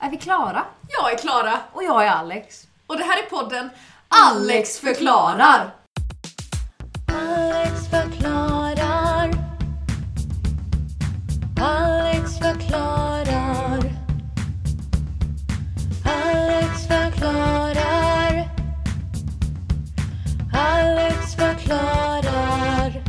Är vi klara? Jag är Klara. Och jag är Alex. Och det här är podden Alex förklarar. Alex förklarar. Alex förklarar. Alex förklarar. Alex förklarar.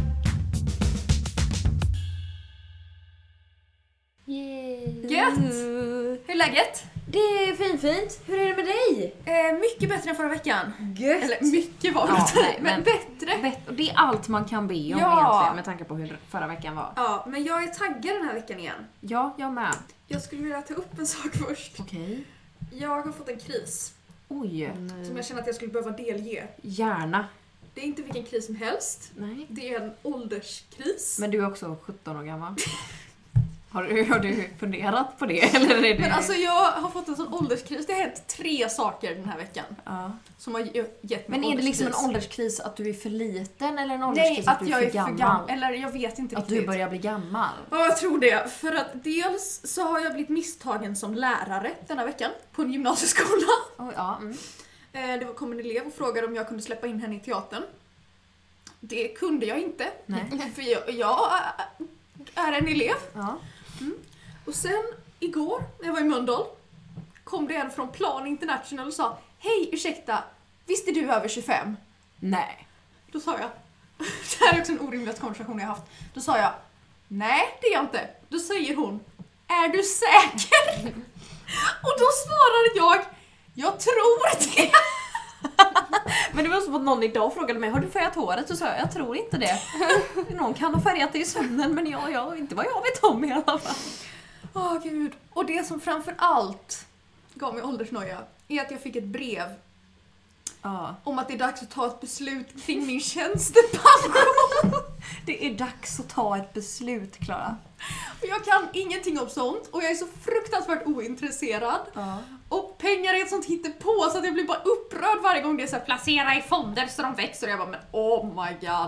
Gött! Hur är läget? Det är fint. Hur är det med dig? Mycket bättre än förra veckan. Gött. Eller mycket var det nej, men bättre. Och det är allt man kan be om egentligen med tanke på hur förra veckan var. Ja, men jag är taggad den här veckan igen. Ja, jag med. Jag skulle vilja ta upp en sak först. Okej. Jag har fått en kris Oj. som jag känner att jag skulle behöva delge. Gärna. Det är inte vilken kris som helst. Nej. Det är en ålderskris. Men du är också 17 år gammal. Har du funderat på det? Eller är det... Men alltså jag har fått en sån ålderskris. Det har hänt 3 saker den här veckan. Ja. Som har gett mig Men är det liksom en ålderskris. ålderskris att du är för liten eller en Nej, ålderskris att du är jag för är för gammal? gammal. Eller jag vet inte Att riktigt. du börjar bli gammal? Ja, jag tror det. För att dels så har jag blivit misstagen som lärare denna veckan på en gymnasieskola. Oh, ja. Det kom en elev och frågade om jag kunde släppa in henne i teatern. Det kunde jag inte. Nej. För jag är en elev. Ja. Och sen igår när jag var i Mölndal kom det en från Plan International och sa: hej, ursäkta, visst är du över 25? Nej. Då sa jag, det här är också en orimlig konversation jag haft. Då sa jag, nej det är jag inte. Då säger hon, är du säker? Och då svarade jag tror det. Men det var som att någon idag frågade mig, har du färgat håret? Så sa jag tror inte det. Någon kan ha färgat det i sömnen, men jag inte vad jag vet om i alla fall. Åh gud. Och det som framför allt gav mig åldersnoja är att jag fick ett brev Ja. om att det är dags att ta ett beslut kring min tjänstepension. Det är dags att ta ett beslut, Klara. Och jag kan ingenting om sånt och jag är så fruktansvärt ointresserad. Ja. Och pengar är ett sånt hittepå så att jag blir bara upprörd varje gång det är så här, placera i fonder så de växer. Och jag bara, men oh my god.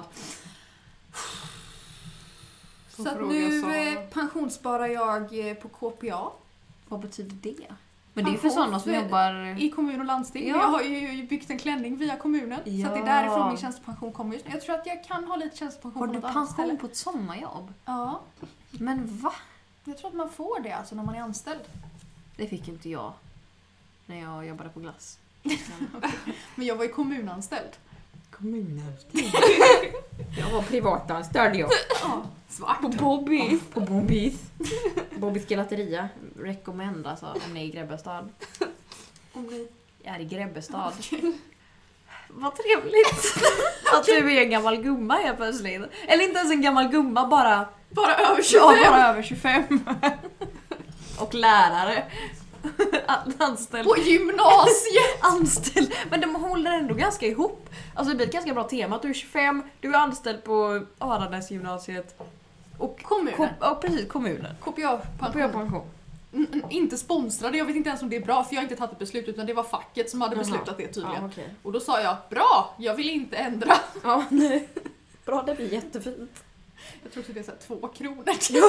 Så att nu pensionssparar jag på KPA. Vad betyder det? Men det är för sådana som jobbar... I kommun och landsting. Ja. Jag har ju byggt en klänning via kommunen. Ja. Så att det är därifrån min tjänstepension kommer just nu. Jag tror att jag kan ha lite tjänstepension Har på du något annat ställe. pension på ett sommarjobb? Ja. Men va? Jag tror att man får det alltså när man är anställd. Det fick inte jag när jag jobbade på glass. Men jag var ju kommunanställd. Kommunanställd? Jag var privatanställd, jag. Ja, svart. På Bobby. På Bobbys. Bobbys gelateria. Recommend alltså, om ni är i Grebbestad. Om ni... Jag är i Grebbestad. Vad trevligt. Att du är en gammal gumma helt plötsligt. Eller inte ens en gammal gumma, bara Bara över 25. ja, bara över 25. Och lärare. Anställd. På gymnasiet. Anställd. Men de håller ändå ganska ihop. Alltså det blir ett ganska bra tema. Att du är 25, du är anställd på Aranäsgymnasiet. Och Kommunen. Ja, precis, kommunen. KPA-pension. Pension. Inte sponsrade, jag vet inte ens om det är bra för jag har inte tagit ett beslut utan det var facket som hade beslutat det tydligen. Ja, okay. Och då sa jag, bra, jag vill inte ändra. Ja, nej. Bra, det blir jättefint. Jag tror att det är så här 2 kronor. Ja.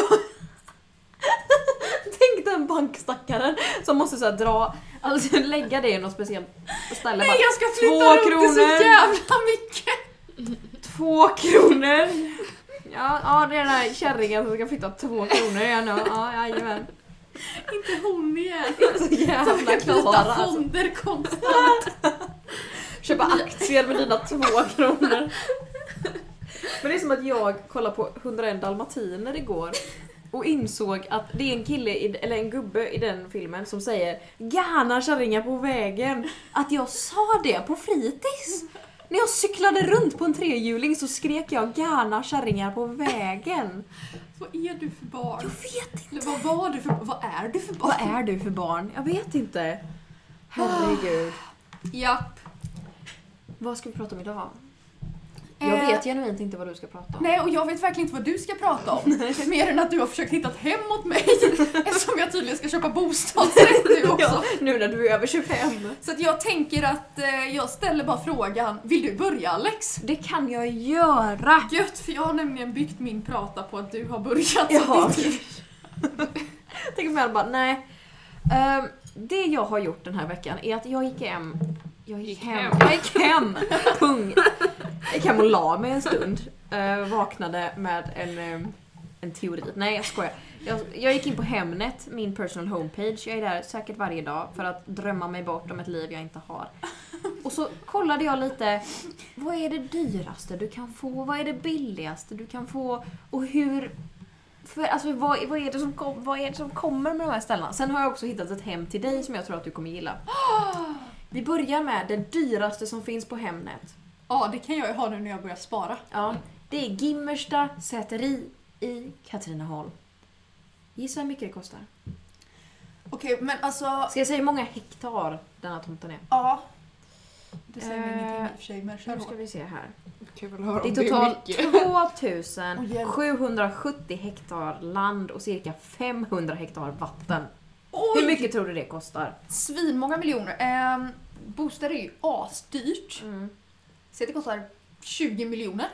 Tänk den bankstackaren som måste så här dra, alltså lägga det i något speciellt ställe. Nej, bara, jag ska flytta 2 runt det så jävla mycket. 2 kronor. Ja, det är den här kärringen som ska flytta 2 kronor igen. Ja, jajamän. Inte hon igen. Så jävla Flytta klara alltså. fonder konstant. Köpa aktier med dina 2 kronor. Men det är som att jag kollade på 101 dalmatiner igår och insåg att det är en kille, eller en gubbe i den filmen som säger gärna kärringar på vägen. Att jag sa det på fritids. När jag cyklade runt på en 3-hjuling så skrek jag gärna kärringar på vägen. Vad är du för barn? Jag vet inte. Eller vad är du för barn? Vad är du för barn? Jag vet inte. Herregud. Japp. Vad ska vi prata om idag? Jag vet genuint inte vad du ska prata om. Nej, och jag vet verkligen inte vad du ska prata om. Mer än att du har försökt hitta ett hem åt mig. Eftersom jag tydligen ska köpa bostadsrätt nu också. Ja, nu när du är över 25. Så att jag tänker att jag ställer bara frågan, vill du börja Alex? Det kan jag göra. Gött, för jag har nämligen byggt min prata på att du har börjat. Ja. Så det är- Tänk om jag bara, nej. det jag har gjort den här veckan är att jag gick hem. Punkt. Jag gick hem och la mig en stund. Vaknade med en teori. Nej, jag skojar. Jag gick in på Hemnet, min personal homepage. Jag är där säkert varje dag för att drömma mig bort om ett liv jag inte har. Och så kollade jag lite, vad är det dyraste du kan få? Vad är det billigaste du kan få? Och hur... Alltså, vad är det som kommer med de här ställena? Sen har jag också hittat ett hem till dig som jag tror att du kommer gilla. Vi börjar med det dyraste som finns på Hemnet. Ja, det kan jag ju ha nu när jag börjar spara. Ja, det är Gimmersta säteri i Katrineholm. Gissa hur mycket det kostar. Okej, men alltså... Ska jag säga hur många hektar den här tomten är? Ja. Det säger mig ingenting i och för sig, men kör Nu ska hårt. vi se här. Kul att höra Det är om totalt mycket. 2770 hektar land och cirka 500 hektar vatten. Oj! Hur mycket tror du det kostar? Svinmånga miljoner. Bostäder är ju asdyrt. Så det kostar 20 miljoner.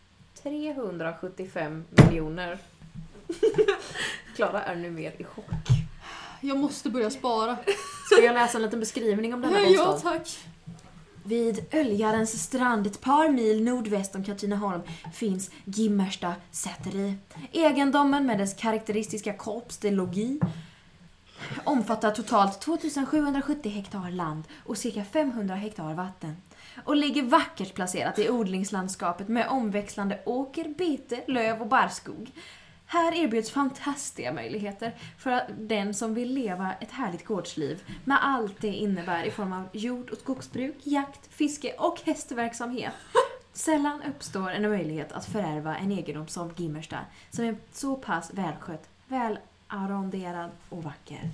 375 miljoner. Klara är nu mer i chock. Jag måste börja spara. Ska jag läsa en liten beskrivning om denna Ja, bostad? tack. Vid Öljarens strand ett par mil nordväst om Katrineholm finns Gimmersta säteri. Egendomen med dess karaktäristiska korpsdelogi omfattar totalt 2770 hektar land och cirka 500 hektar vatten och ligger vackert placerat i odlingslandskapet med omväxlande åker, bete, löv och barrskog. Här erbjuds fantastiska möjligheter för den som vill leva ett härligt gårdsliv med allt det innebär i form av jord- och skogsbruk, jakt, fiske och hästverksamhet. Sällan uppstår en möjlighet att förärva en egendom som Gimmersta som är så pass välskött, välarronderad och vacker.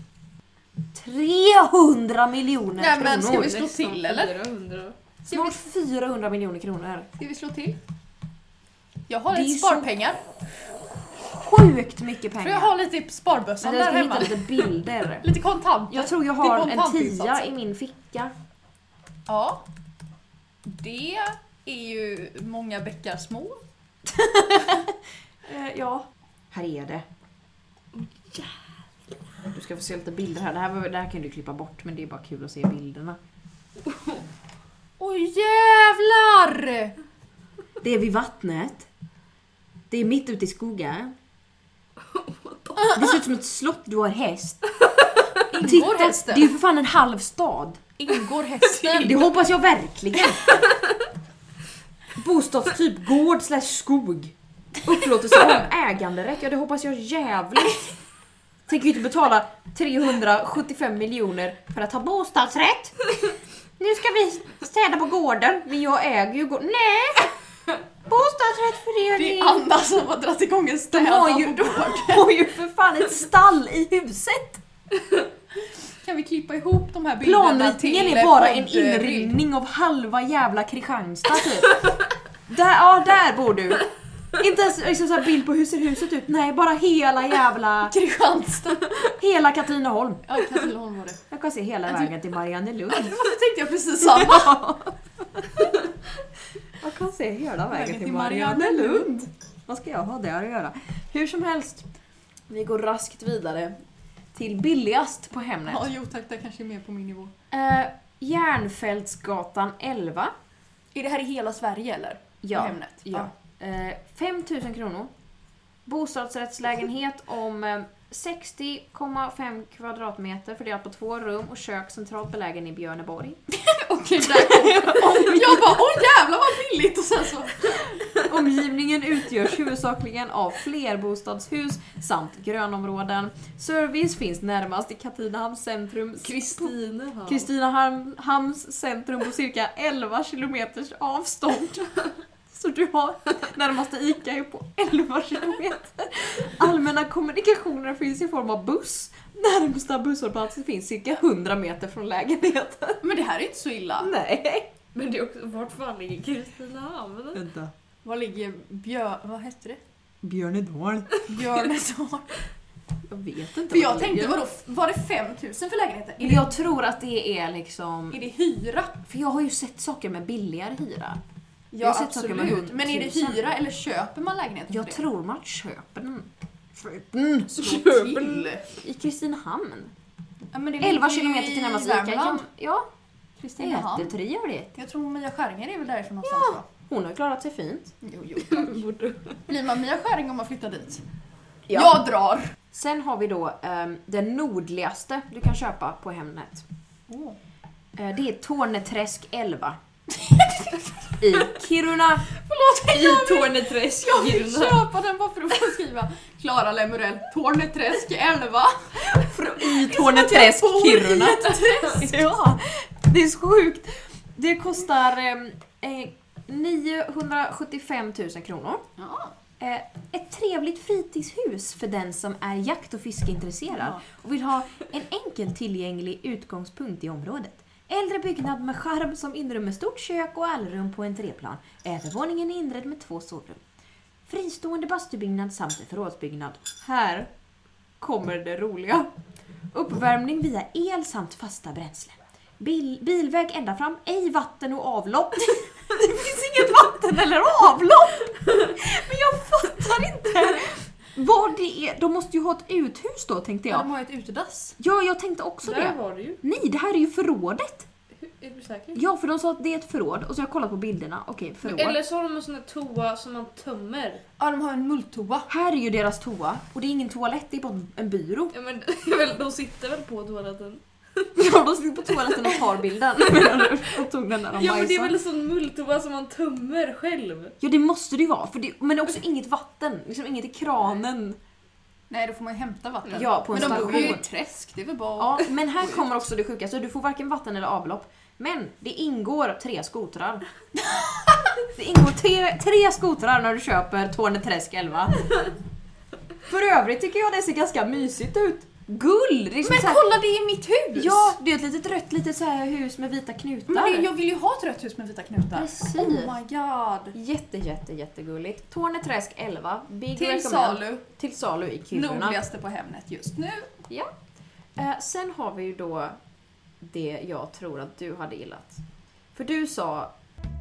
300 miljoner Nej, kronor! men ska vi slå till eller? 400. Snart 400 miljoner kronor. Ska vi slå till? Jag har Det är lite ju sparpengar. Sjukt mycket För jag pengar. har lite i sparbössan Men jag där ska hemma. hitta lite bilder. Lite kontant. Jag tror jag Det är har en kontantinsatser. 10 i min ficka. Ja. Det är ju många bäckar små. Ja. Här är det. Du ska få se lite bilder här. Det här kan du klippa bort, men det är bara kul att se bilderna. Oj jävlar! Det är vid vattnet. Det är mitt ute i skogen. Det ser ut som ett slott, du har häst. Ingår Det är hästen? ju för fan en halv stad. Ingår hästen? Det hoppas jag verkligen. Bostadstyp gård / skog. Upplåtelse om äganderätt. Ja, det hoppas jag jävligt. Tänker ju inte betala 375 miljoner för att ha bostadsrätt. Nu ska vi städa på gården. Men jag äger ju gården. Nej! Bostadsrättförening. Det är Anna som har dragit igång en De städa har ju, på de gården. har ju för fan ett stall i huset. Kan vi klippa ihop de här bilderna Planritningen till är bara en poddbild? inringning av halva jävla Kristianstad typ. Där bor du. Inte ens liksom så här bild på hur ser huset ut. Nej, bara hela jävla... Kristianstad. Hela Katrineholm. Ja, Katrineholm var det. Jag kan se hela vägen till Mariannelund. Varför tänkte jag precis samma? Jag kan se hela vägen till Mariannelund. Vad ska jag ha där att göra? Hur som helst. Vi går raskt vidare till billigast på Hemnet. Ja, jo tack, det kanske är mer på min nivå. Järnfältsgatan 11. Är det här i hela Sverige eller? Ja. På Hemnet? Ja. 5 000 kronor. Bostadsrättslägenhet om 60,5 kvadratmeter fördelat på 2 rum och kök centralt belägen i Björneborg. Okej, där kom. Jag bara, åh jävlar vad billigt! Och sen så... Omgivningen utgörs huvudsakligen av flerbostadshus samt grönområden. Service finns närmast i Katrinehamns centrum. Kristinehamns centrum på cirka 11 kilometers avstånd. Så du har närmaste ICA är på 11 kilometer. Allmänna kommunikationer finns i form av buss. Närmsta busshållplatsen finns cirka 100 meter från lägenheten. Men det här är inte så illa. Nej. Men det är också, vart fan ligger Kristinehamn? Vänta. Var ligger vad hette det? Björnedal. Björnesår. Jag vet inte. För jag tänkte, vadå, var det 5 000 för lägenheten? Men jag tror att det är liksom... Är det hyra? För jag har ju sett saker med billigare hyra. Ja, har sett saker med absolut. Men är det 100 000? hyra eller köper man lägenheten Jag för det? tror man köper den. Slå till. I Kristinehamn. Ja, men det 11 ligger kilometer till närmaste Ica. Värmland. Ja, Kristinehamn. jättetre gör det. Jag tror Mia Skäringer är väl därifrån någonstans va? Hon har klarat sig fint. Jo. Blir man Mia Skäring om man flyttar dit? Ja. Jag drar! Sen har vi då den nordligaste du kan köpa på Hemnet. Det är Torneträsk 11. I Kiruna. Förlåt, I Torneträsk, jag vill Kiruna. köpa den bara för att få skriva Klara Lemurell, Torneträsk 11. I Torneträsk, Jag bor i Kiruna. ett träsk. Ja, det är så sjukt. Det kostar 975 000 kronor. Ja. Ett trevligt fritidshus för den som är jakt- och fiskeintresserad och vill ha en enkel tillgänglig utgångspunkt i området. Äldre byggnad med charm som inrymmer stort kök och allrum på entréplan. Övervåningen är inredd med 2 sovrum. Fristående bastubyggnad samt en förrådsbyggnad. Här kommer det roliga. Uppvärmning via el samt fasta bränslen. Bilväg ända fram, ej vatten och avlopp. Det finns inget vatten eller avlopp. Men jag fattar inte vad det är. De måste ju ha ett uthus då, tänkte Ja, jag. de har ett utedass. Ja, jag tänkte också Där det. var det ju. Nej, det här är ju förrådet. Är du säker? Ja, för de sa att det är ett förråd. Och så har jag kollat på bilderna. Okej, förråd. Eller så har de en sån här toa som man tömmer. Ja, de har en multoa. Här är ju deras toa. Och det är ingen toalett, det är bara en byrå. Ja, men de sitter väl på toaletten? Ja, de sitter på toaletten och tar bilden. Och tog den när de Ja, men det är bajsar. väl en sån multoa som man tömmer själv. Ja, det måste det ju vara. För det, men det är också inget vatten. Liksom inget i kranen. Nej, då får man ju hämta vatten. Ja, på en men de bor ju i station. ett träsk, det är väl bara... Ja, men här kommer också det sjukaste. Du får varken vatten eller avlopp. Men det ingår 3 skotrar. Det ingår 3 skotrar när du köper Torneträsk 11. För övrigt tycker jag det ser ganska mysigt ut. Gull! Det är liksom Men så här, kolla, det är mitt hus! ja, det är ett litet rött litet så här hus med vita knutar. Men jag vill ju ha ett rött hus med vita knutar. Precis. Oh my god. Jättegulligt. Torneträsk 11. Big Till recommend. salu. Till salu i Kiruna. Nordligaste på Hemnet just nu. Ja. Sen har vi ju då det jag tror att du hade gillat. För du sa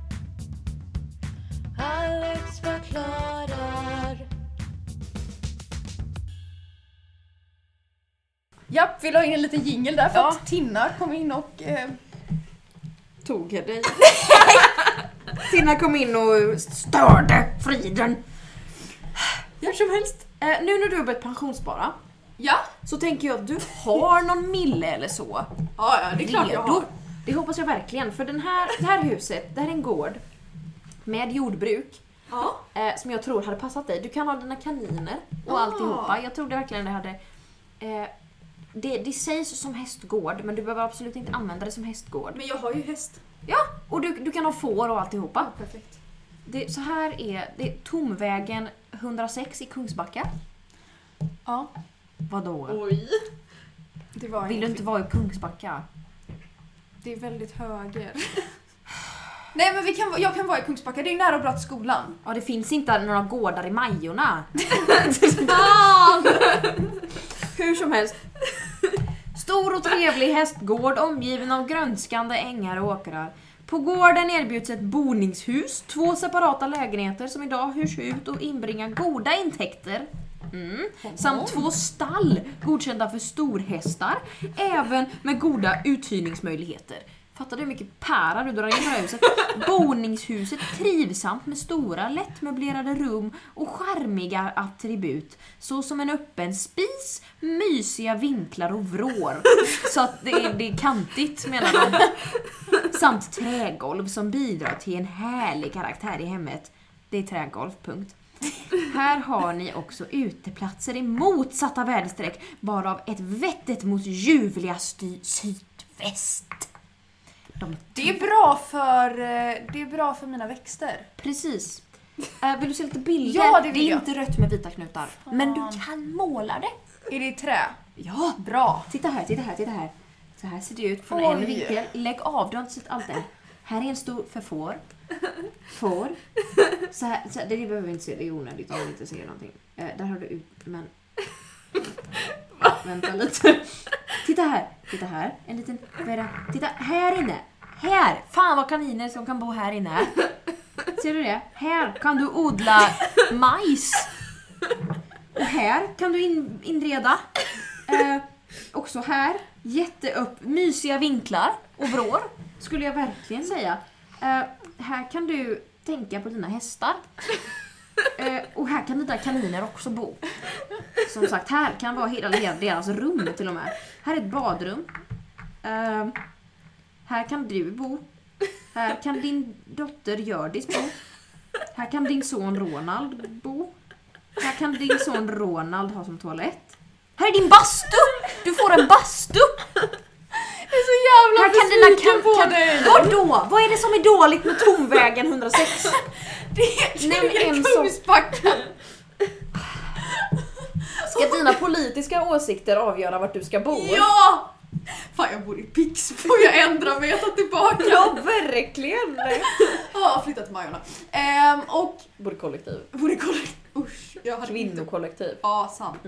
Alex förklarar. Japp, vill ha in en liten jingle där för Ja. att Tinna kom in och... tog jag dig. Tina kom in och störde friden. Hur som helst. Nu när du har börjat pensionsspara Ja, så tänker jag att du har någon mille eller så. ja det är klart jag har. Det hoppas jag verkligen. För det här huset, det här är en gård med jordbruk. Ja. Som jag tror hade passat dig. Du kan ha dina kaniner och alltihopa. Jag trodde verkligen det hade... Det sägs som hästgård, men du behöver absolut inte använda det som hästgård. Men jag har ju häst. Ja, och du kan ha får och alltihopa. Perfekt. Så här är det Tomvägen 106 i Kungsbacka. Ja, Vadå? Oj. det var Vill du inte vara i Kungsbacka? Det är väldigt höger. Nej, men jag kan vara i Kungsbacka, det är nära och bra till skolan. Ja, det finns inte några gårdar i Majorna. Hur som helst. Stor och trevlig hästgård omgiven av grönskande ängar och åkrar. På gården erbjuds ett boningshus, 2 separata lägenheter som idag hyrs ut och inbringar goda intäkter. Samt 2 stall godkända för storhästar, även med goda uthyrningsmöjligheter. Fattar du hur mycket pära du drar in på huset? Boningshuset trivsamt med stora lättmöblerade rum och charmiga attribut. Så som en öppen spis, mysiga vinklar och vrår. Så att det är kantigt, menar de. Samt trägolv som bidrar till en härlig karaktär i hemmet. Det är trägolv, punkt. Här har ni också uteplatser i motsatta väderstreck, varav ett vettigt mot ljuvliga sydväst. Det är bra för mina växter. Precis. Vill du se lite bilder? Ja, det vill det är jag. inte rött med vita knutar. Men du kan måla det. Är det i trä? Ja, Bra. titta här. Så här ser det ut från Oj. en vinkel. Lägg av, du har inte sett allt än. Här är en stor för får. Så här, det behöver vi inte se, det är onödigt om vi inte ser någonting. Där har du ut, men... Vänta lite. Titta här. En liten... Titta, här inne. Här! Fan vad kaniner som kan bo här inne. Ser du det? Här kan du odla majs. Och här kan du inreda. Också här. mysiga vinklar och vrår, skulle jag verkligen säga. Här kan du tänka på dina hästar. Och här kan dina kaniner också bo. Som sagt, här kan vara hela deras rum till och med. Här är ett badrum. Här kan du bo. Här kan din dotter Hjördis bo. Här kan din son Ronald bo. Här kan din son Ronald ha som toalett. Här är din bastu! Du får en bastu! Jag är så jävla besviken på dig! Vadå? Vad är det som är dåligt med Tomvägen 106? Det är Kungsbacka! Ska dina politiska åsikter avgöra vart du ska bo? Ja! Fan, jag bor i Pixbo, jag ändrar mig, jag tar tillbaka. Ja, verkligen! Ja, flyttat till Majorna. Och... Bor i kollektiv. Usch, jag hade Kvinnokollektiv. Ja, sant.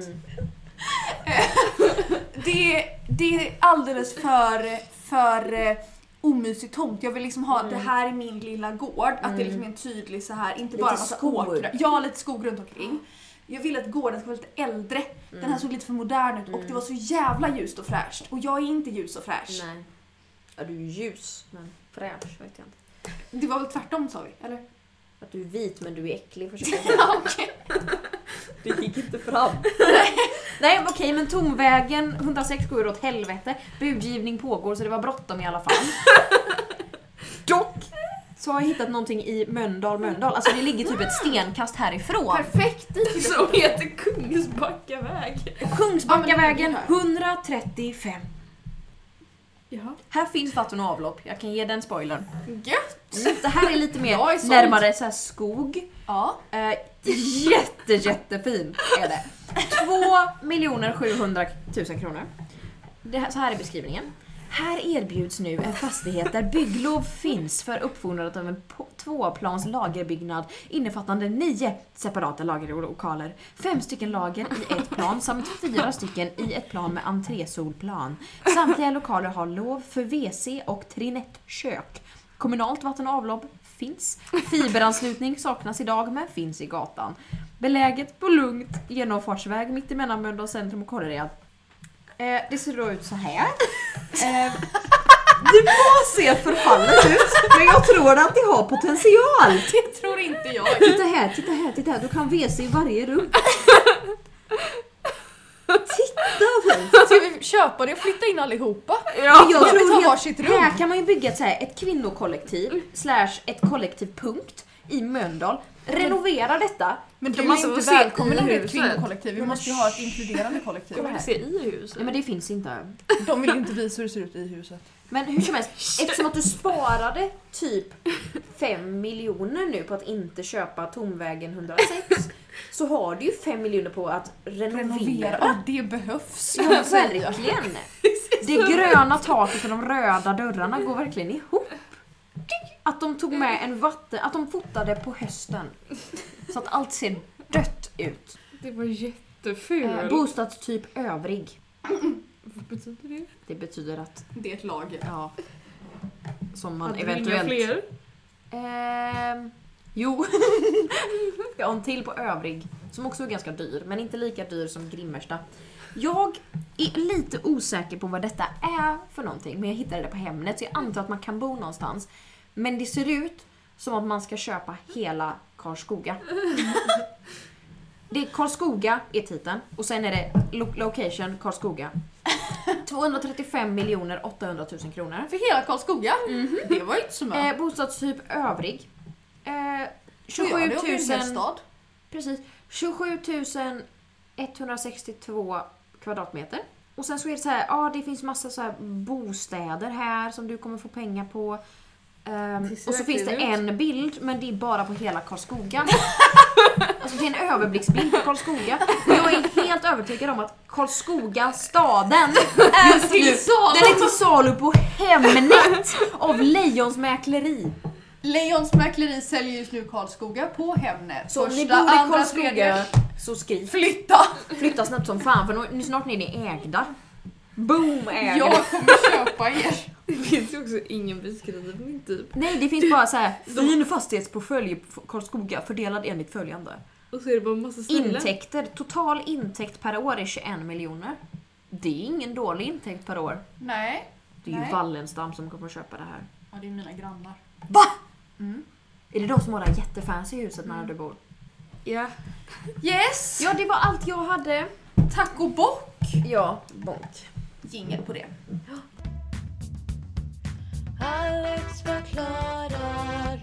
Det är alldeles för omysigt tomt. Jag vill liksom ha det här i min lilla gård. Att det liksom är en tydlig så här, inte lite bara massa skog. åkrar. Ja, lite skog runt omkring. Jag vill att gården ska vara lite äldre. Den här såg lite för modern ut och det var så jävla ljust och fräscht. Och jag är inte ljus och fräsch. Nej. Ja, du är ljus, men fräsch vet jag inte. Det var väl tvärtom, sa vi, eller? Att du är vit men du är äcklig, försöker jag säga. Ja, okej. Det gick inte fram. Nej, okej, men Tomvägen 106 går åt helvete. Budgivning pågår så det var bråttom i alla fall. Dock så har jag hittat någonting i Mölndal. Alltså det ligger typ ett stenkast härifrån. Perfekt dit. Som heter Kungsbackaväg. Kungsbackavägen 135. Jaha. Här finns vatten och avlopp. Jag kan ge den spoilern. Gött! Det här är lite Jag är mer såld. närmare så här skog. Ja. Jättefin är det. 2 700 000 kronor. Så här är beskrivningen. Här erbjuds nu en fastighet där bygglov finns för uppförandet av en tvåplans lagerbyggnad innefattande 9 separata lagerlokaler, 5 stycken lager i ett plan samt 4 stycken i ett plan med entrésolplan. Samtliga lokaler har lov för WC och trinettkök. Kommunalt vatten och avlopp finns. Fiberanslutning saknas idag men finns i gatan. Beläget på lugnt genomfartsväg mitt emellan Mölndal centrum och Kållered. Det ser då ut så här. Det må se förfallet ut, men jag tror att det har potential. Det tror inte jag. Titta här. Du kan WC i varje rum. Titta fint. Ska vi köpa det och flytta in allihopa? Ja, jag vi tror tar varsitt rum. här kan man ju bygga ett kvinnokollektiv / ett kollektivpunkt i Mölndal. Renovera detta. Men du Man är inte måste se välkommen i i ett huset. kvinnokollektiv. Vi måste ju ha ett inkluderande kollektiv. Kan man se i huset? Ja, men det finns inte. De vill inte visa hur det ser ut i huset. Men hur som helst, eftersom att du sparade typ 5 miljoner nu på att inte köpa Tomvägen 106 så har du ju 5 miljoner på att renovera. Ja, det behövs. Ja, verkligen. Det gröna taket och de röda dörrarna går verkligen ihop. Att de tog med att de fotade på hösten. Så att allt ser dött ut. Det var jättefult. Bostadstyp övrig. Vad betyder det? Det betyder att Det är ett lager. ja, som man Hade du inga eventuellt fler? Jo. Jag har en till på övrig som också är ganska dyr, men inte lika dyr som Grimmersta. Jag är lite osäker på vad detta är för någonting, men jag hittade det på Hemnet så jag antar att man kan bo någonstans. Men det ser ut som att man ska köpa hela Karlskoga. Det är Karlskoga är titeln och sen är det location Karlskoga. 235 800 000 kronor. För hela Karlskoga? Det var ju inte så mycket. Bostadstyp övrig. 27 27 000. 000 stad. Precis. 27 162 kvadratmeter. Och sen så är det så här, det finns massa så här bostäder här som du kommer få pengar på. Och så finns det en bild, men det är bara på hela Karlskoga. Alltså det är en överblicksbild på Karlskoga. Och jag är helt övertygad om att Karlskoga staden Är till salu. den är till salu på Hemnet av Lejons mäkleri. Lejons mäkleri säljer just nu Karlskoga på Hemnet. Så om ni Första, bor i andra, Karlskoga tredje. så skriv. Flytta! Snabbt som fan för nu snart är ni ägda. Boom, ägda. Jag kommer köpa er. Det finns ju också ingen beskrivning typ. Nej, det finns bara så här fin fastighetsportfölj på Karlskoga fördelad enligt följande. Och så är det bara en massa ställen. Intäkter, total intäkt per år är 21 miljoner. Det är ingen dålig intäkt per år. Nej. Det är ju Nej. Wallenstam som kommer att köpa det här. Ja, det är mina grannar. Va? Mm. Är det de som har det här jättefancy huset nära du bor? Ja. Yes! Ja, det var allt jag hade. Tack och bock! Ja, bonk. Jingel på det. Alex förklarar.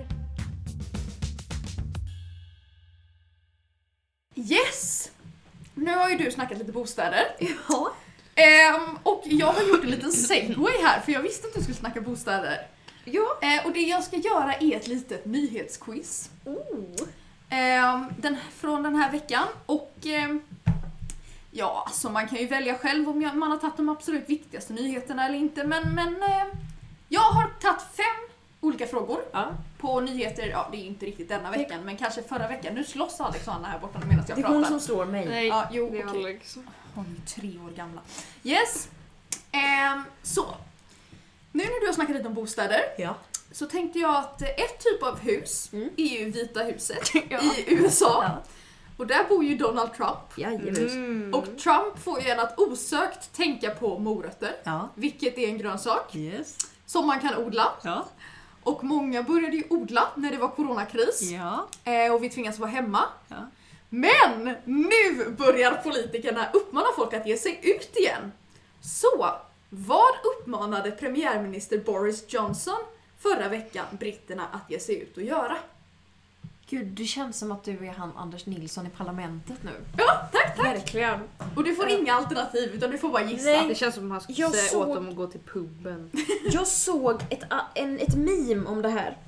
Yes! Nu har ju du snackat lite bostäder. Ja. Och jag har gjort en liten segway här, för jag visste att du skulle snacka bostäder. Ja. Och det jag ska göra är ett litet nyhetsquiz. Från den här veckan. Och ja, alltså man kan ju välja själv om man har tagit de absolut viktigaste nyheterna eller inte. Men jag har tagit 5 olika frågor på nyheter. Ja, det är inte riktigt denna veckan, men kanske förra veckan. Nu slåss Alex och Anna här borta medan jag Det är pratar. hon som slår mig. Nej, Ja, jo, det är okej. Alex. Hon är 3 år gamla. Yes. Så. Nu när du har snackat lite om bostäder Ja. så tänkte jag att ett typ av hus är ju Vita huset Ja. i USA. Ja. Och där bor ju Donald Trump. Jajamän. Och Trump får ju en att osökt tänka på morötter, Ja. vilket är en grönsak Yes. som man kan odla. Ja. Och många började ju odla när det var coronakris. Ja. Och vi tvingas vara hemma. Ja. Men nu börjar politikerna uppmana folk att ge sig ut igen. Så, vad uppmanade premiärminister Boris Johnson förra veckan britterna att ge sig ut och göra? Gud, det känns som att du är han Anders Nilsson i parlamentet nu. Ja, tack! Verkligen. Och du får inga alternativ utan du får bara gissa. Nej. Det känns som att han skulle Jag säga såg- åt dem att gå till puben. Jag såg ett meme om det här.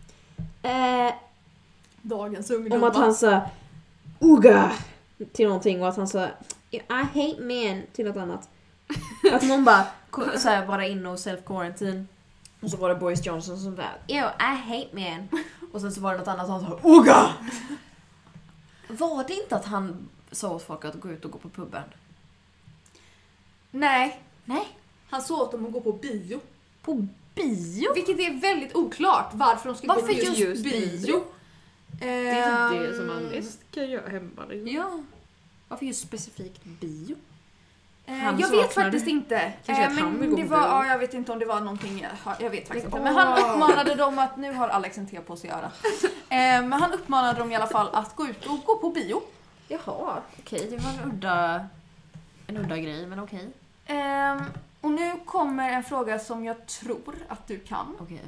Dagens ungdomar. Om att han sa Uga till någonting och att han sa I hate men till något annat. Att någon bara så här, bara inne och self-quarantine. Och så var det Boris Johnson som bara I hate men. Och sen så var det något annat och han sa Uga! Var det inte att han sa åt folk att gå ut och gå på puben? Nej, Nej. han sa åt dem att gå på bio. På bio? Vilket är väldigt oklart varför de ska Varför gå på just bio. Det är inte det som Ehm, man mest kan göra hemma. Liksom. Ja. Varför just specifikt bio? Jag Han vet saknar faktiskt det. inte. Kanske att han vill gå det på var, bio. ja, jag vet inte om det var någonting. Jag vet faktiskt inte. Men han uppmanade dem att, nu har Alex en te på sig att göra. Men han uppmanade dem i alla fall att gå ut och gå på bio. Jaha, okej. Det var en udda grej, men okej. Och nu kommer en fråga som jag tror att du kan. Okej.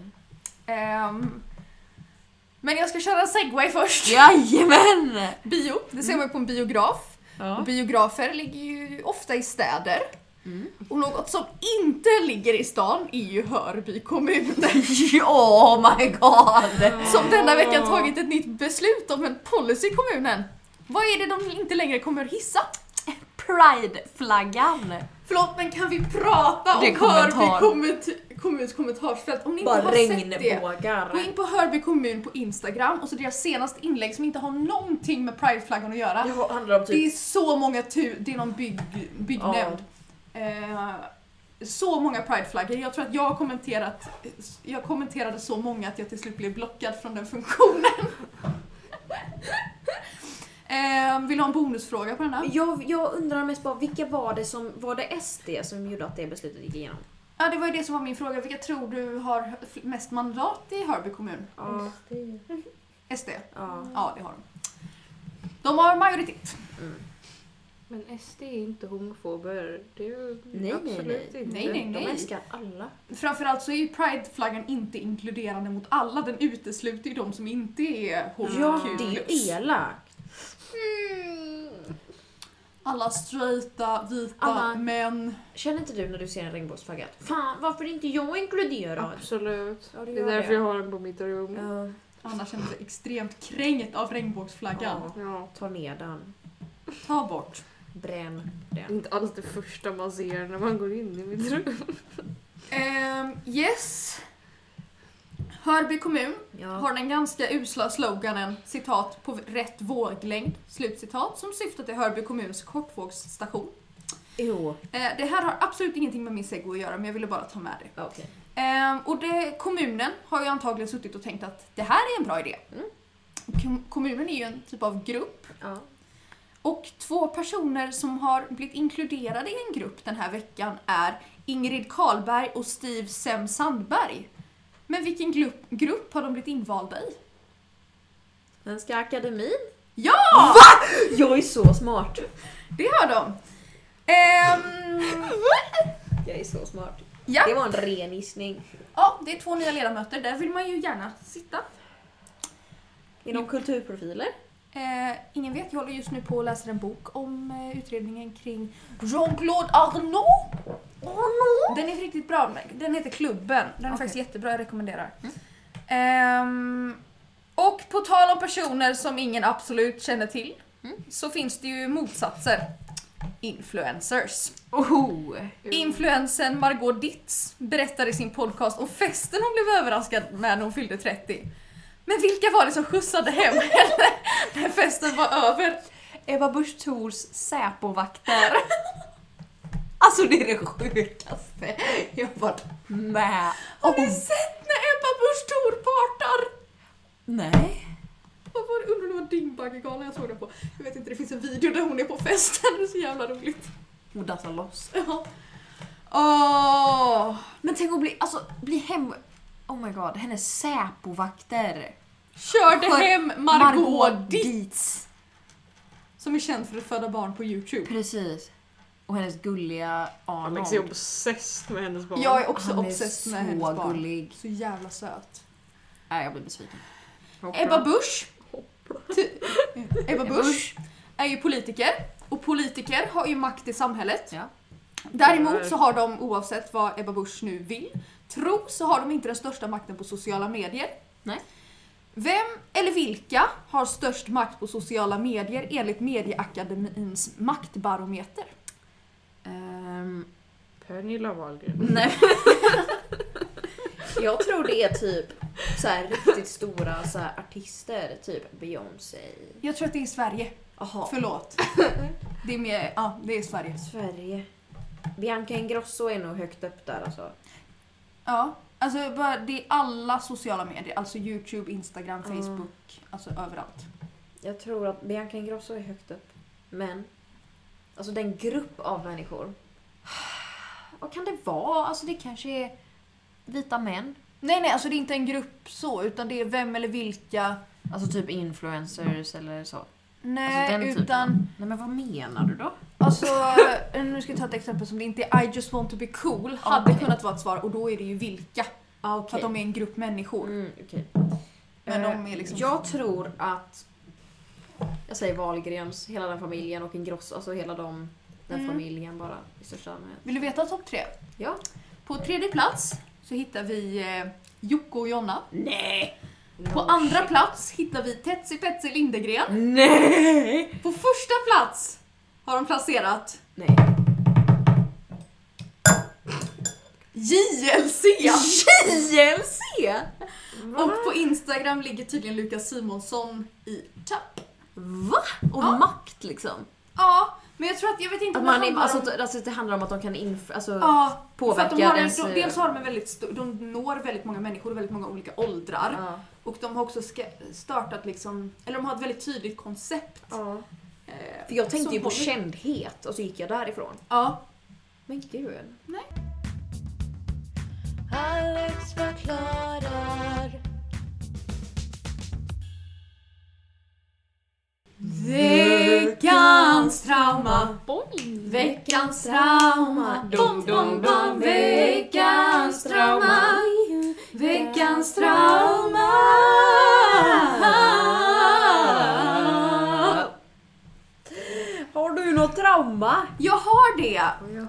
Men jag ska köra en segway först. Jajamän! Bio, det ser man ju på en biograf. Och biografer ligger ju ofta i städer. Och något som inte ligger i stan är ju Hörby kommun. Oh my god! Som denna vecka tagit ett nytt beslut om en policy i kommunen. Vad är det de inte längre kommer att hissa? Pride-flaggan! Förlåt, men kan vi prata Det om kommentar. Hörby kommuns kommentarsfält? Om ni inte Bara har sett det, regnbågar. gå in på Hörby kommun på Instagram och så deras senaste inlägg som inte har någonting med Pride-flaggan att göra. Det handlar om Det är så många det är någon byggnämnd. Så många Pride-flaggor. Jag tror att jag kommenterade så många att jag till slut blev blockad från den funktionen. Vill du ha en bonusfråga på den här? Jag undrar mest bara, vilka var det SD som gjorde att det beslutet gick igenom? Ja, det var ju det som var min fråga. Vilka tror du har mest mandat i Hörby kommun? Ja. SD? Ja. Ja, det har de. De har majoritet. Men SD är inte homofober. Det är ju Nej, absolut nej. inte. Nej. De älskar alla. Framförallt så är ju Pride-flaggan inte inkluderande mot alla. Den utesluter ju de som inte är HBQ+. Ja, det är ju elakt. Alla straighta, vita, Alla. män. Känner inte du när du ser en regnbågsflagga? Fan, varför är inte jag inkluderad? Absolut. Ja, Det gör är därför jag har den på mitt rum. Ja, Anna känner sig extremt kränkt av regnbågsflaggan. ja. Ja. Ta ner den. Ta bort. Bränn Det är den. inte alls det första man ser när man går in i mitt rum. Yes. Hörby kommun Ja. har den ganska usla sloganen citat på rätt våglängd, slutcitat, som syftar till Hörby kommuns kortvågsstation. Jo. Det här har absolut ingenting med min segway att göra, men jag ville bara ta med det. Okej. Och kommunen har ju antagligen suttit och tänkt att det här är en bra idé. Kommunen är ju en typ av grupp Ja. Och 2 personer som har blivit inkluderade i en grupp den här veckan är Ingrid Karlberg och Steve Sem Sandberg. Men vilken grupp har de blivit invalda i? Svenska Akademin? Ja! Jag är så smart. Det har de. Jag är så smart. Ja. Det var en ren gissning. Ja, det är 2 nya ledamöter. Där vill man ju gärna sitta. Är de kulturprofiler? Ingen vet, jag håller just nu på att läsa en bok om utredningen kring Jean-Claude Arnault. Den är riktigt bra. Den heter Klubben. Den är faktiskt jättebra, jag rekommenderar. Och på tal om personer som ingen absolut känner till så finns det ju motsatser. Influencers. Influensen Margot Ditz berättar i sin podcast om festen hon blev överraskad när hon fyllde 30. Men vilka var det som skjutsade hem henne när festen var över? Ebba Busch Thors Säpovakter. Alltså det är det sjukaste jag har varit med. Har ni sett när Ebba Busch Thor partar? Nej. Vad var det? Undrar om det var Dingbaggegalan jag såg det på. Jag vet inte, det finns en video där hon är på festen. Det är så jävla roligt. Hon dansar loss. Ja. Men tänk att bli hem... Oh my god, hennes Säpovakter. Körde hem Margot Ditz. Ditz. Som är känd för att föda barn på YouTube. Precis. Och hennes gulliga Arnold. Alex är obsessed med hennes barn. Jag är också Han är obsessed med så hennes barn. gullig. Så jävla söt. Nej, jag blir besviken. Ebba Busch. Ebba Busch är ju politiker. Och politiker har ju makt i samhället. Ja. Däremot så har de, oavsett vad Ebba Busch nu vill, så har de inte den största makten på sociala medier. Nej. Vem eller vilka har störst makt på sociala medier enligt Medieakademins maktbarometer? Pernilla Wahlgren. Nej. Jag tror det är typ så här riktigt stora så här artister, typ Beyoncé. Jag tror att det är Sverige. Aha. Förlåt. Det är mer, ja, det är Sverige. Sverige. Bianca Ingrosso är nog högt upp där alltså. Ja, alltså bara, det är alla sociala medier, alltså YouTube, Instagram, Facebook, alltså överallt. Jag tror att Bianca Ingrosso är högt upp. Men alltså den grupp av människor. Vad kan det vara? Alltså det kanske är vita män. Nej, alltså det är inte en grupp så, utan det är vem eller vilka. Alltså typ influencers eller så. Nej, alltså den utan... Typen. Nej, men vad menar du då? Alltså, nu ska jag ta ett exempel som det inte är I just want to be cool. Hade kunnat vara ett svar, och då är det ju vilka. Okay. För att de är en grupp människor. Okay. Men de är liksom... Jag tror att jag säger Wahlgrens, hela den familjen och Ingrosso, alltså hela den familjen bara i största allmänhet. Vill du veta topp 3? Ja. På 3:e plats så hittar vi Jocke och Jonna. Nej! På 2:a plats hittar vi Tetsi Lindegren. Nej! På 1:a plats har de placerat Nej. JLC! JLC! Och på Instagram ligger tydligen Lukas Simonsson i topp. Va? Och Ja. makt liksom. Ja, men jag tror att, jag vet inte Att om det man är, handlar om... alltså det handlar om att de kan Ja, påverka för att de har dens... dels har de en väldigt de når väldigt många människor och väldigt många olika åldrar. Ja. Och de har också startat liksom, eller de har ett väldigt tydligt koncept. Ja. För jag tänkte som ju på håller. kändhet och så gick jag därifrån. Ja. Men gud. Alex förklarar. Veckans trauma. Veckans trauma. Dum, dum, dum. Veckans trauma. Veckans trauma. Har du något trauma? Jag har det.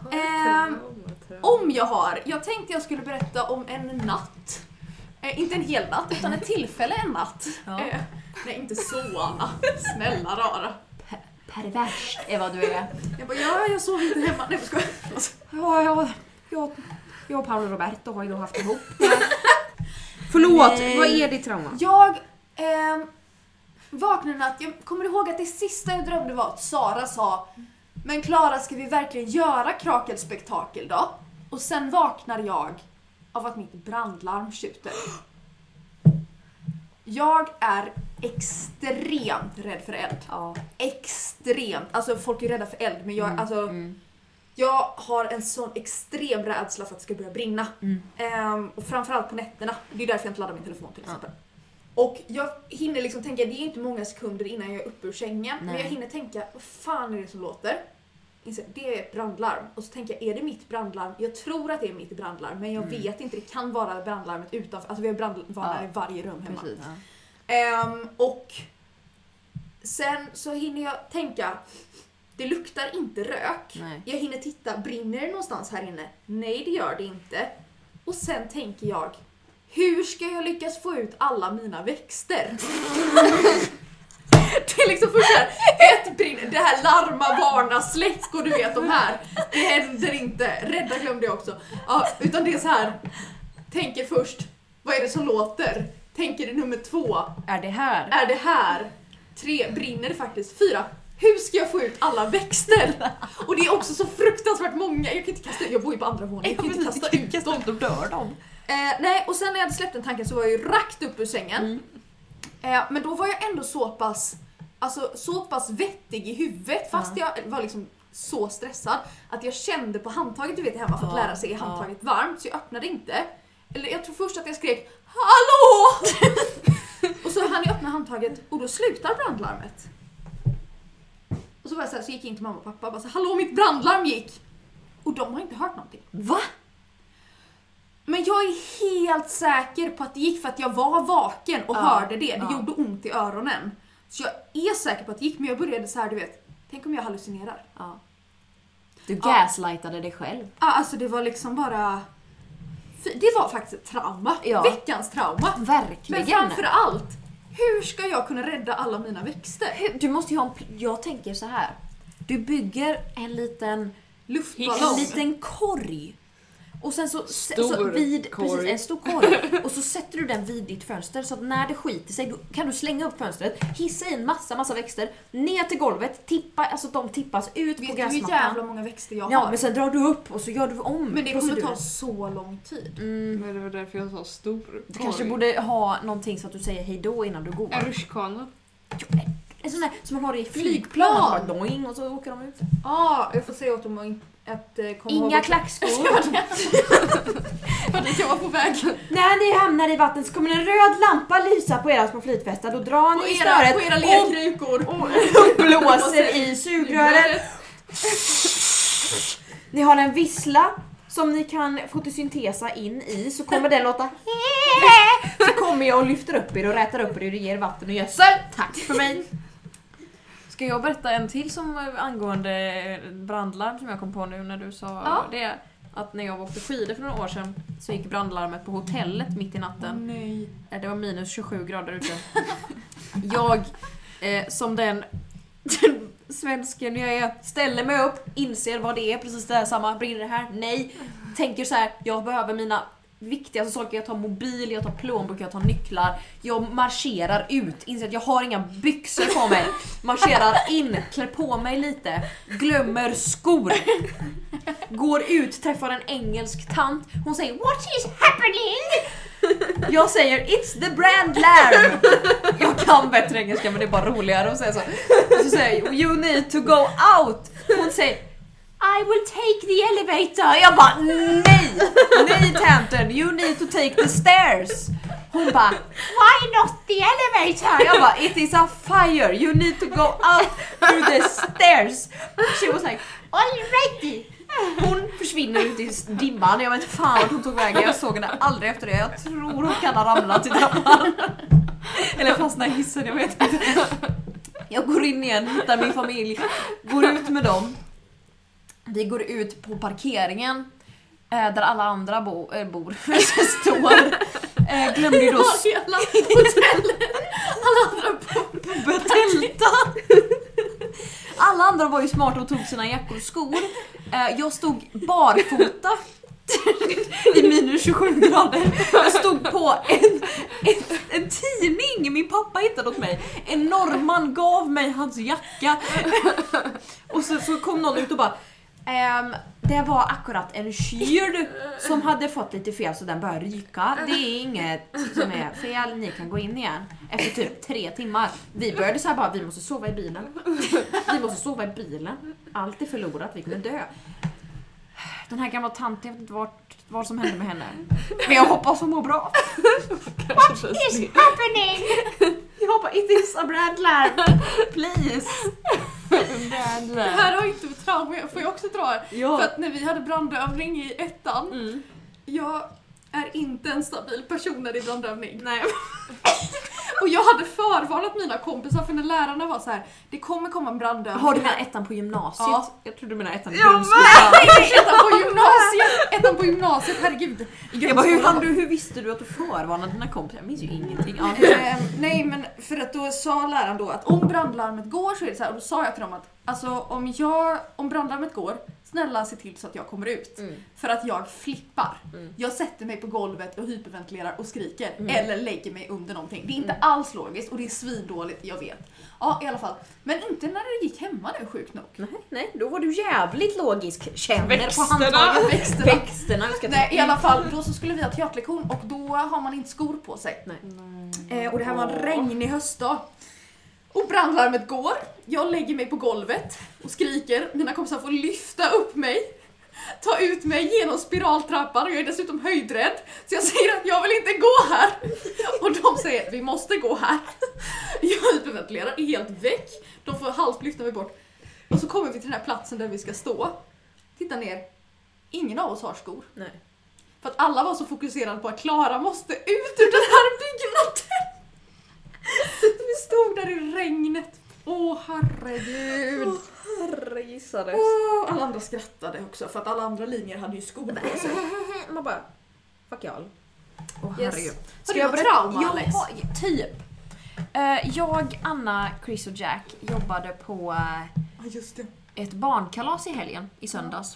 Om jag har. Jag tänkte jag skulle berätta om en natt. Inte en hel natt, utan ett tillfälle en natt. Ja. Nej, inte så, Anna. Snälla rara. Pervers är vad du är. Jag bara, jag sov inte hemma. Nej, jag skojar. Jag och Paolo Roberto har ju då haft ihop. Förlåt, vad är ditt trauma? Jag vaknade en natt. Jag kommer ihåg att det sista jag drömde var att Sara sa: men Klara, ska vi verkligen göra krakelspektakel då? Och sen vaknar jag av att mitt brandlarm tjuter. Jag är extremt rädd för eld. Ja. Extremt. Alltså folk är rädda för eld, men jag, jag har en sån extrem rädsla för att det ska börja brinna. Och framförallt på nätterna. Det är därför jag inte laddar min telefon till exempel. Och jag hinner liksom tänka, det är inte många sekunder innan jag är uppe ur sängen. Men jag hinner tänka, vad fan är det som låter? Det är ett brandlarm. Och så tänker jag, är det mitt brandlarm? Jag tror att det är mitt brandlarm, men jag vet inte. Det kan vara brandlarmet utanför. Alltså vi har brandvarnare i varje rum hemma. Precis, Och sen så hinner jag tänka, det luktar inte rök. Nej. Jag hinner titta, brinner det någonstans här inne? Nej, det gör det inte. Och sen tänker jag, hur ska jag lyckas få ut alla mina växter? Det är liksom först här, ett brinner, det här larma, varna, släck och du vet de här. Det händer inte, rädda glömde jag också. Ja, utan det är så här, tänker först, vad är det som låter? Tänker det nummer 2. Är det här? Är det här? 3, brinner det faktiskt? 4, hur ska jag få ut alla växter? Och det är också så fruktansvärt många, jag kan inte kasta ut, jag bor ju på andra våningen, jag kan inte kasta ut dem. Då dör de. Nej, och sen när jag hade släppt den tanken så var jag ju rakt upp ur sängen. Men då var jag ändå så pass vettig i huvudet, fast jag var liksom så stressad att jag kände på handtaget, du vet hemma, för att lära sig är handtaget varmt, så jag öppnade inte. Eller jag tror först att jag skrek hallå! Och så hann jag öppna handtaget och då slutar brandlarmet. Och så var jag så här, så gick jag in till mamma och pappa och bara så, hallå, mitt brandlarm gick. Och de har inte hört någonting. Va? Men jag är helt säker på att det gick för att jag var vaken och hörde det. Det gjorde ont i öronen. Så jag är säker på att det gick, men jag började så här, du vet, tänk om jag hallucinerar. Ja. Du gaslightade dig själv. Ja, alltså det var liksom bara... Det var faktiskt ett trauma. Ja. Veckans trauma. Verkligen. Men framför allt, hur ska jag kunna rädda alla mina växter? Du måste ju ha jag tänker så här. Du bygger en liten Luftballong. En liten korg. Och sen så Stor vid korg. precis en stor korg. Och så sätter du den vid ditt fönster så att när det skiter sig då kan du slänga upp fönstret, hissa in massa växter ner till golvet, tippa, alltså de tippas ut på Vet du hur gräsmattan. jävla många växter jag Ja, har? men sen drar du upp och så gör du om. Men det kommer proceduren. ta så lång tid. Men det var därför jag sa stor. Du kanske borde ha någonting så att du säger hej då innan du går. En rutschkana. En sån där som man har i Flygplan. flygplan. Bara doing, och så åker de ut. Jag får säga åt dem att komma ihåg Inga att- klackskor. För det kan vara på väg. När ni hamnar i vatten så kommer en röd lampa lysa på era små flytvästar. Då drar ni i snöret På era lerkrukor. och blåser i sugröret. Ni har en vissla som ni kan fotosyntesa in i, så kommer den låta så kommer jag och lyfter upp er och rätar upp er och ger vatten och gödsel. Tack för mig. Ska jag berätta en till som angående brandlarm som jag kom på nu när du sa det? Att när jag åkte skidor för några år sedan så gick brandlarmet på hotellet mitt i natten. Nej. Det var minus 27 grader ute. Jag, som den svensken jag är, ställer mig upp, inser vad det är, precis det här samma, brinner det här? Nej. Tänker så här, jag behöver mina viktigaste saker, jag tar mobil, jag tar plånbok, jag tar nycklar. Jag marscherar ut, inser att jag har inga byxor på mig. Marscherar in, klär på mig lite, glömmer skor. Går ut, träffar en engelsk tant. Hon säger what is happening? Jag säger it's the brandlarm. Jag kan bättre engelska men det är bara roligare att säga så. Så säger jag you need to go out. Hon säger I will take the elevator. Jag bara nej tanten, you need to take the stairs. Hon bara why not the elevator? Jag bara it is a fire, you need to go out through the stairs. She was like alrighty. Hon försvinner ut i dimman. Jag vet fan vart hon tog vägen. Jag såg henne aldrig efter det. Jag tror hon kan ha ramlat i trappan. Eller fastna i hissen, jag vet inte. Jag går in igen, hittar min familj, går ut med dem. Vi går ut på parkeringen där alla andra bor. Står. Glömde ju då Hela hotellet. Alla andra började tälta. Alla andra var ju smarta och tog sina jackor och skor. Jag stod barfota i minus 27 grader. Jag stod på en tidning min pappa hittade åt mig. En norrman gav mig hans jacka. Och så kom någon ut och bara Det var akkurat en kyl som hade fått lite fel så den började ryka. Det är inget som är fel, ni kan gå in igen. Efter typ 3 timmar. Vi började så här bara, vi måste sova i bilen. Vi måste sova i bilen. Allt är förlorat, vi kommer dö. Den här gamla tanten, jag vet inte vad som hände med henne. Men jag hoppas hon mår bra. What is happening? Jag hoppas, it is a Bradler. Please. Det här har inte med trauma, får jag också dra? Ja. För att när vi hade brandövning i 1:an, jag är inte en stabil person när det är brandövning. Nej. Och jag hade förvarnat mina kompisar för när lärarna var så här: det kommer komma en brandövning. Har du med 1:an på gymnasiet? Ja. Jag tror du menar 1:an i Ja, grundskolan. nej, 1:an på gymnasiet! 1:an på gymnasiet, herregud. Jag bara, hur visste du att du förvarnade dina kompisar? Jag minns ju ingenting. Ja. Nej, men för att då sa läraren då att om brandlarmet går så är det så här, och då sa jag till dem att alltså om brandlarmet går, snälla se till så att jag kommer ut. För att jag flippar. Jag sätter mig på golvet och hyperventilerar och skriker. Eller lägger mig under någonting. Det är inte alls logiskt och det är svindåligt, jag vet. Ja, i alla fall. Men inte när det gick hemma nu, sjukt nog. Nej, då var du jävligt logisk. Känner Växterna. på handtaget. Växterna. Vi ska ta- Nej, i alla fall, då så skulle vi ha teaterlektion och då har man inte skor på sig. Och det här var en regnig höstdag. Och brandlarmet går, jag lägger mig på golvet och skriker, mina kompisar får lyfta upp mig, ta ut mig genom spiraltrappan och jag är dessutom höjdrädd. Så jag säger att jag vill inte gå här. Och de säger att vi måste gå här. Jag hyperventilerar, är helt väck, de får halvt lyfta mig bort. Och så kommer vi till den här platsen där vi ska stå. Titta ner, ingen av oss har skor. Nej. För att alla var så fokuserade på att Klara måste ut ur den här byggnaden. Vi stod där i regnet. Åh, herregud. Herregissades. Alla andra skrattade också för att alla andra linjer hade ju skor på sig. Man bara, fuck y'all. Yes. Herregud. Ska jag berätta trauma, jag Alex? har, typ. Jag, Anna, Chris och Jack jobbade på Ja, just det. ett barnkalas i helgen, i söndags.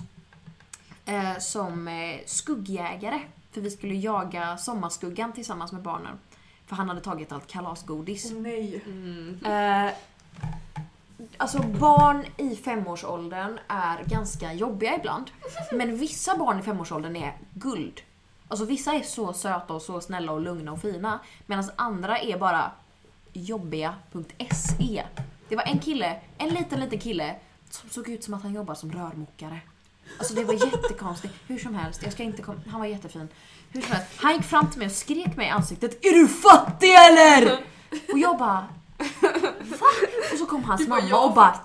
Som skuggjägare. För vi skulle jaga sommarskuggan tillsammans med barnen. För han hade tagit allt kalasgodis. Åh nej. Alltså barn i 5-årsåldern är ganska jobbiga ibland. Men vissa barn i 5-årsåldern är guld. Alltså vissa är så söta och så snälla och lugna och fina. Medan andra är bara jobbiga.se. Det var en liten kille som såg ut som att han jobbar som rörmokare. Alltså det var jättekonstigt. Hur som helst, han var jättefin. Hur som helst, han gick fram till mig och skrek mig i ansiktet: är du fattig eller? Och jag bara, va? Och så kom hans mamma och bara,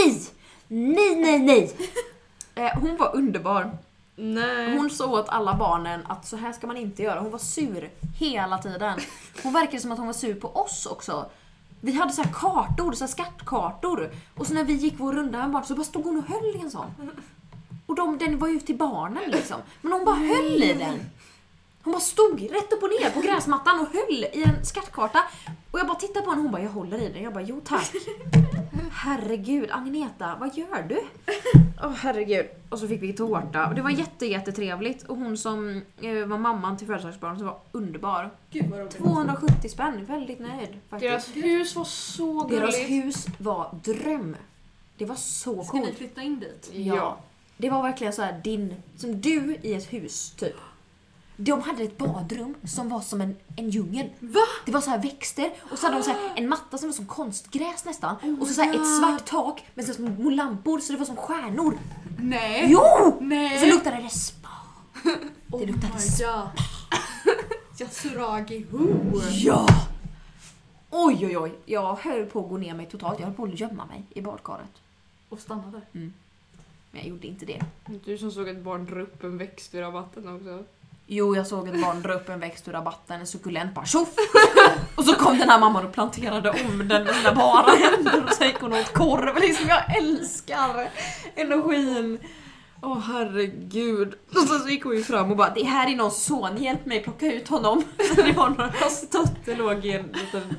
nej. Hon var underbar. Nej. Hon sa åt alla barnen att så här ska man inte göra. Hon var sur hela tiden. Hon verkade som att hon var sur på oss också. Vi hade så här kartor, så här skattkartor. Och så när vi gick vår runda med barn så bara stod hon och höll i en sån. Och den var ju till barnen liksom. Men hon bara höll i den. Hon bara stod rätt upp och ner på gräsmattan och höll i en skattkarta. Och jag bara tittade på henne och hon bara, jag håller i den. Jag bara, jo tack. Herregud, Agneta, vad gör du? Herregud. Och så fick vi tårta. Och det var jättetrevligt. Och hon som var mamman till födelsedagsbarn så var underbar. Gud vad roligt. 270 spänn, väldigt nöjd faktiskt. Deras hus var så Deras gulligt. hus var dröm. Det var så Ska ni coolt. flytta in dit? Ja. Det var verkligen så här som du i ett hus typ. De hade ett badrum som var som en djungel. Va? Det var så här växter och så hade de så här en matta som var som konstgräs nästan och så här ett svart tak med så små lampor så det var som stjärnor. Nej. Jo! Nej. Och så luktade det spa. Det luktade spa. Yasuragi Hu. Ja. Oj. Jag höll på att gå ner mig totalt. Jag höll på att gömma mig i badkaret. Och stannade. Men jag gjorde inte det. Du som såg ett barn dra upp en växt ur rabatten också. Jo, jag såg ett barn dra upp en växt ur rabatten, en sukulent, bara tjoff! Och så kom den här mamman och planterade om den med sina bara händer och så gick hon åt korv. Liksom, jag älskar energin. Herregud. Och så gick hon ju fram och bara, det här är någons son, hjälp mig plocka ut honom. Så det var några stötter låg i en liten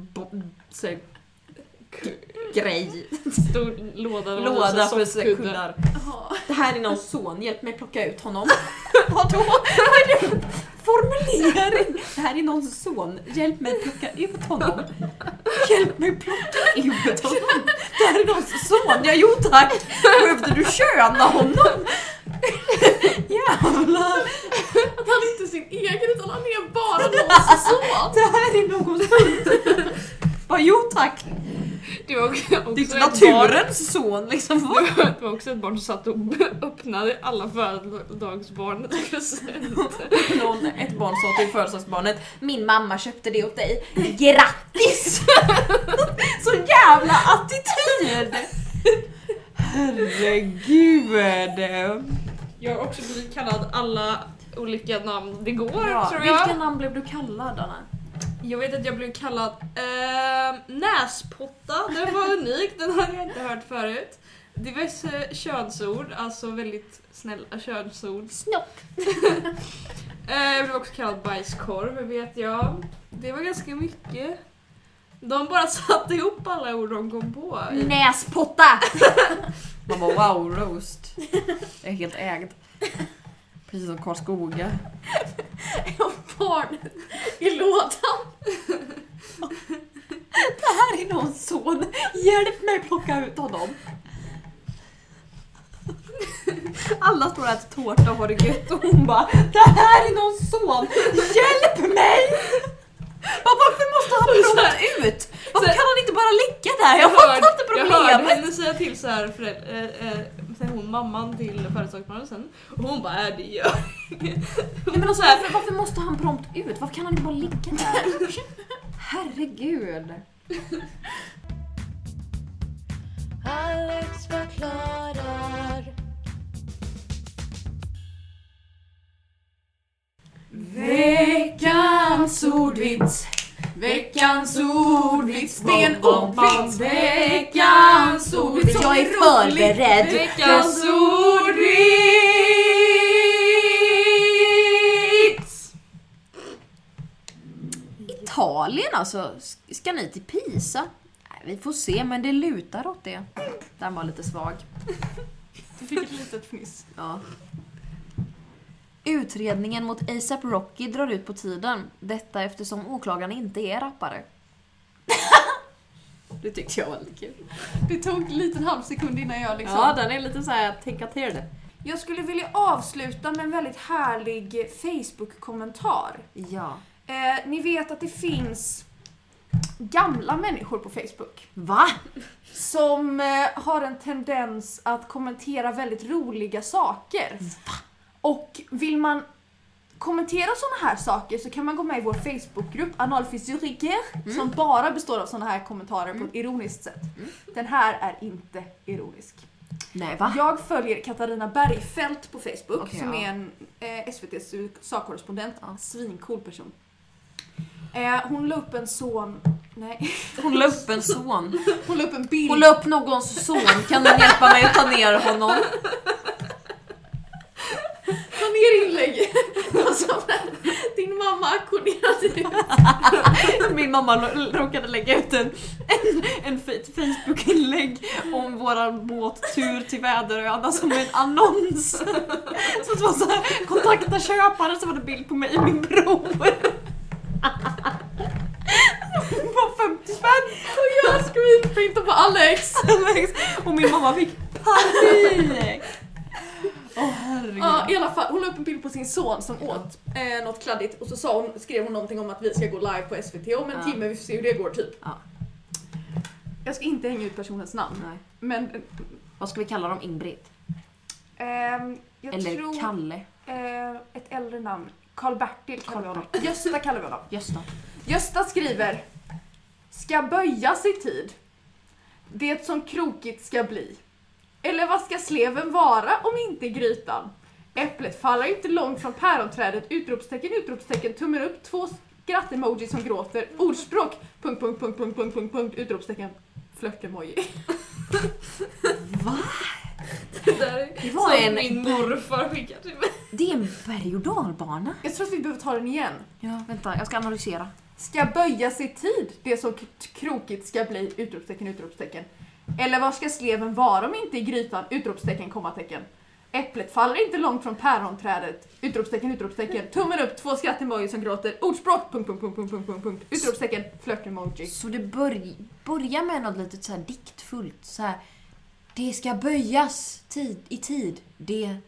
grej. Stor Låda för kuddar. Det här är någons son, hjälp mig plocka ut honom. Vadå? Vad är det för formulering? Det här är någons son, hjälp mig plocka ut honom. Hjälp mig plocka ut honom. Det här är någons son, ja jo tack. Behövde du köna honom? Jävlar! Att han inte är sin egen utan han är bara någons son. Det här är någons hund. Bara, jo tack. Det var också Det är inte ett barn. naturens son liksom. Det var också ett barn som satt och öppnade alla födelsedagsbarnets presenter. Ett barn sa till födelsedagsbarnet: min mamma köpte det åt dig. Grattis! Så jävla attityd! Herregud. Jag har också blivit kallad alla olika namn det går, tror jag. Vilka namn blev du kallad, Anna? Jag vet att jag blev kallad näspotta. Den var unik, den hade jag inte hört förut. Diverse könsord, alltså väldigt snälla könsord. Snopp. Jag blev också kallad bajskorv, vet jag. Det var ganska mycket. De bara satte ihop alla ord de kom på. Näspotta! Man bara wow, roast. Jag är helt ägd. Precis som Karlskoga. Och barnet i lådan. Det här är någon son. Hjälp mig plocka ut honom. Alla står och äter tårta och har det gött och hon bara: det här är någon son. Hjälp mig! Varför måste han plocka ut? Varför kan han inte bara ligga där? Jag fattar inte Jag hörde problemet. henne säga till så här hon mamman till födelsedagsbarnet sen. Och hon bara, det gör Nej, men alltså, varför måste han prompt ut? Varför kan han inte bara ligga där? Herregud. Alex förklarar. Veckans ordvits. Veckans ordvits. Sten ordvits. Veckans ordvits. Jag är förberedd. Veckans ordvits. Italien alltså. Ska ni till Pisa? Nej, vi får se, men det lutar åt det. Den var lite svag. Du fick ett litet fniss. Ja. Utredningen mot A$AP Rocky drar ut på tiden. Detta eftersom åklagaren inte är rappare. Det tyckte jag var lite kul. Det tog en liten halv sekund innan jag liksom... Ja, den är lite så här, tänka till det. Jag skulle vilja avsluta med en väldigt härlig Facebook-kommentar. Ja. Ni vet att det finns gamla människor på Facebook Va? som har en tendens att kommentera väldigt roliga saker. Va? Och vill man kommentera såna här saker så kan man gå med i vår Facebookgrupp Analfysiker som bara består av såna här kommentarer på ett ironiskt sätt. Den här är inte ironisk. Nej, va? Jag följer Katarina Bergfeldt på Facebook Okej, som ja. är en SVT:s USA-korrespondent. Ja. Svincool person. Hon la upp en son... Nej. Hon la upp en son. Hon la upp en bild. Hon la upp någons son. Kan du hjälpa mig att ta ner honom? Ta ner inlägg. Alltså, din mamma aktionerade ut. Min mamma råkade lägga ut en Facebook-inlägg om våran båttur till Väderöarna som en annons. Så det var så här, kontakta köpare, så var det bild på mig och min bror. På 50 spänn. Och jag screenprintade på Alex. Och min mamma fick panik. Herregud. Ja, i alla fall, hon la upp en bild på sin son som åt något kladdigt och så skrev hon någonting om att vi ska gå live på SVT om en timme, vi får se hur det går typ. Ja. Jag ska inte hänga ut personens namn. Nej. Men Vad ska vi kalla dem? Ingrid? jag Eller tror Kalle? ett äldre namn. Karl-Bertil kallar vi honom. Karl-Bertil. Gösta kallar vi honom. Gösta. Gösta skriver: ska böjas i tid. Det som krokigt ska bli. Eller vad ska sleven vara om inte grytan? Äpplet faller inte långt från päronträdet. Utropstecken, utropstecken, tummen upp, 2 skratt-emoji som gråter. Ordspråk, ... utropstecken, flört-emoji. Va? Det var som en- min morfar skickade till mig. Det är en berg- och dalbana. Jag tror att vi behöver ta den igen. Ja, vänta, jag ska analysera. Ska böjas i tid, det som krokigt ska bli, utropstecken, utropstecken. Eller vad ska sleven vara om inte i grytan, utropstecken, kommatecken. Äpplet faller inte långt från päronträdet, utropstecken, utropstecken. Tummen upp, 2 skratt-emoji som gråter. Ordspråk, ... utropstecken, flört-emoji. Så det börjar med något litet så här diktfullt. Så här, det ska böjas i tid. Det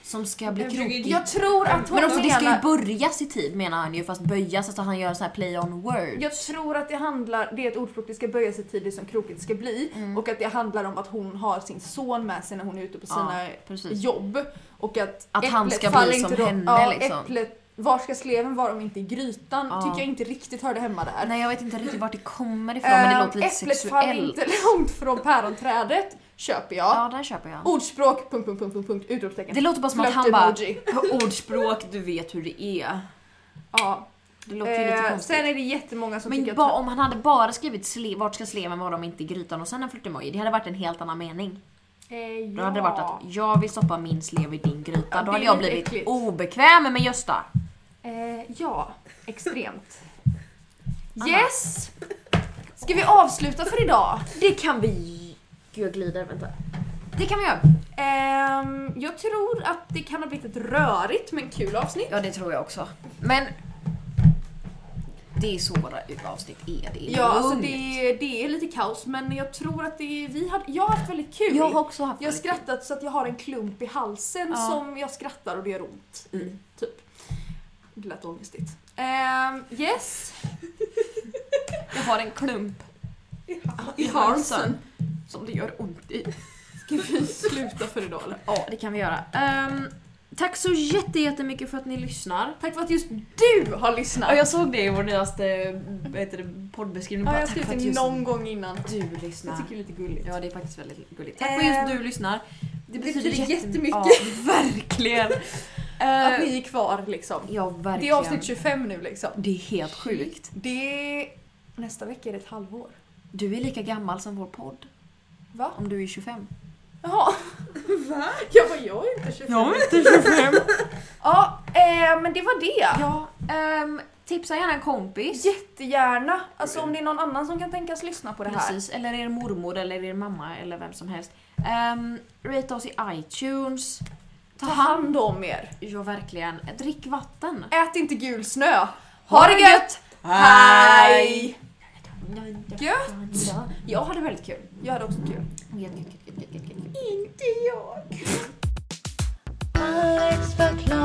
Som ska bli krokig. Jag tror att hon Men också det ska ju menar... börjas i tid menar han ju, fast böjas, alltså han gör så här play on words. Jag tror att det är ett ordspråk, det ska börja sig tidigt som krokigt ska bli. Och att det handlar om att hon har sin son med sig när hon är ute på sina jobb. Och att han ska faller bli som inte henne liksom. Var ska sleven vara om inte i grytan? Tycker jag inte riktigt hörde hemma där. Nej, jag vet inte riktigt vart det kommer ifrån, men det låter lite äpplet faller sexuellt. inte långt från päronträdet. Köper jag. Ja, där köper jag. Ordspråk, ... utropstecken. Det låter bara som att han bara, ordspråk, du vet hur det är. Ja. Det låter ju lite konstigt. Sen är det jättemånga som tycker Men om han hade bara skrivit vart ska sleven vara om inte i grytan och sen en flörtemoji, det hade varit en helt annan mening. Då hade det varit att jag vill stoppa min slev i din gryta. Ja, då hade jag blivit obekväm med Gösta. Ja, extremt. Yes! Ska vi avsluta för idag? Det kan vi... Gud, jag glider, vänta. Det kan vi göra. Jag tror att det kan ha blivit ett rörigt men kul avsnitt. Ja, det tror jag också. Men det är så våra avsnitt är. Det är ja, alltså det är lite kaos, men jag tror att jag har haft väldigt kul. Jag har också haft Jag har skrattat så att jag har en klump i halsen som jag skrattar och det gör ont. Typ. Det lät ångestigt. Yes. Jag har en klump i halsen. Som det gör ont i. Ska vi sluta för idag eller? Ja, det kan vi göra. Tack så jättemycket för att ni lyssnar. Tack för att just du har lyssnat. Och jag såg det i vår nyaste poddbeskrivning. Ja, jag skrev det någon gång innan. Du lyssnar. Jag tycker det är lite gulligt. Ja, det är faktiskt väldigt gulligt. Tack för att just du lyssnar. Det betyder jättemycket. Ja, verkligen. Att ni är kvar liksom. Ja, verkligen. Det är avsnitt 25 nu liksom. Det är helt sjukt. Nästa vecka är det ett halvår. Du är lika gammal som vår podd. Va? Om du är 25. Jaha. Va? Jag är inte 25. Jag är inte 25. Ja, men det var det. Ja, tipsa gärna en kompis. Jättegärna. Alltså om det är någon annan som kan tänkas lyssna på det här. Precis, eller er mormor eller er mamma eller vem som helst. Rate oss i iTunes. Ta hand om er. Ja, verkligen. Drick vatten. Ät inte gul snö. Ha det gött. Hej! Gött. Jag hade väldigt kul. Jag hade också kul. Inte jag. Alex förklarar.